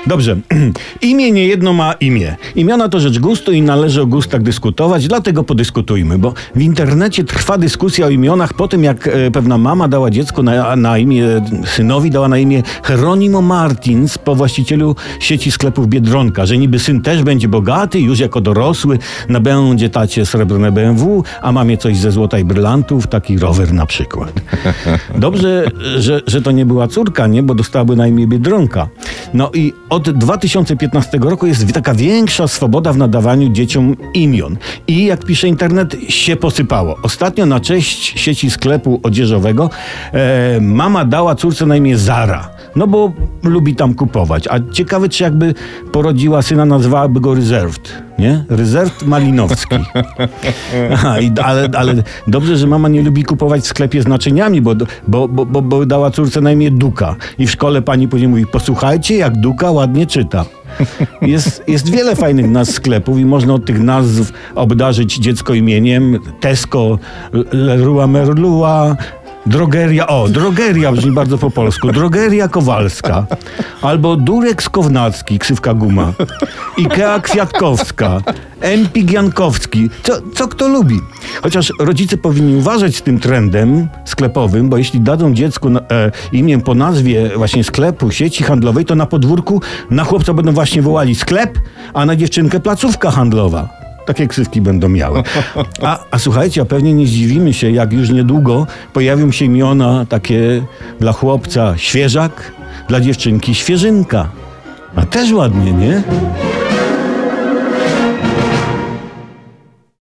Dobrze. Imię niejedno ma imię. Imiona to rzecz gustu i należy o gustach dyskutować, dlatego podyskutujmy, bo w internecie trwa dyskusja o imionach po tym, jak pewna mama dała dziecku na imię, synowi dała na imię Hieronimo Martins po właścicielu sieci sklepów Biedronka, że niby syn też będzie bogaty, już jako dorosły nabędzie tacie srebrne BMW, a mamie coś ze złota i brylantów, taki rower na przykład. Dobrze, że to nie była córka, nie? Bo dostałaby na imię Biedronka. No i od 2015 roku jest taka większa swoboda w nadawaniu dzieciom imion. I jak pisze internet, się posypało. Ostatnio na cześć sieci sklepu odzieżowego mama dała córce na imię Zara. No bo lubi tam kupować. A ciekawe, czy jakby porodziła syna, nazwałaby go Reserved. Nie? Reserved Malinowski. Aha, ale dobrze, że mama nie lubi kupować w sklepie z naczyniami, bo dała córce na imię Duka. I w szkole pani później mówi, posłuchajcie, jak Duka ładnie czyta. Jest wiele fajnych nazw sklepów i można od tych nazw obdarzyć dziecko imieniem. Tesco, Leroy Merlua, drogeria brzmi bardzo po polsku. Drogeria Kowalska. Albo Durex Kownacki, ksywka guma. Ikea Kwiatkowska. Empik Jankowski. Co kto lubi. Chociaż rodzice powinni uważać z tym trendem sklepowym, bo jeśli dadzą dziecku imię po nazwie właśnie sklepu, sieci handlowej, to na podwórku na chłopca będą właśnie wołali sklep, a na dziewczynkę placówka handlowa. Takie ksywki będą miały. A słuchajcie, a pewnie nie zdziwimy się, jak już niedługo pojawią się imiona takie dla chłopca Świeżak, dla dziewczynki Świeżynka. A też ładnie, nie?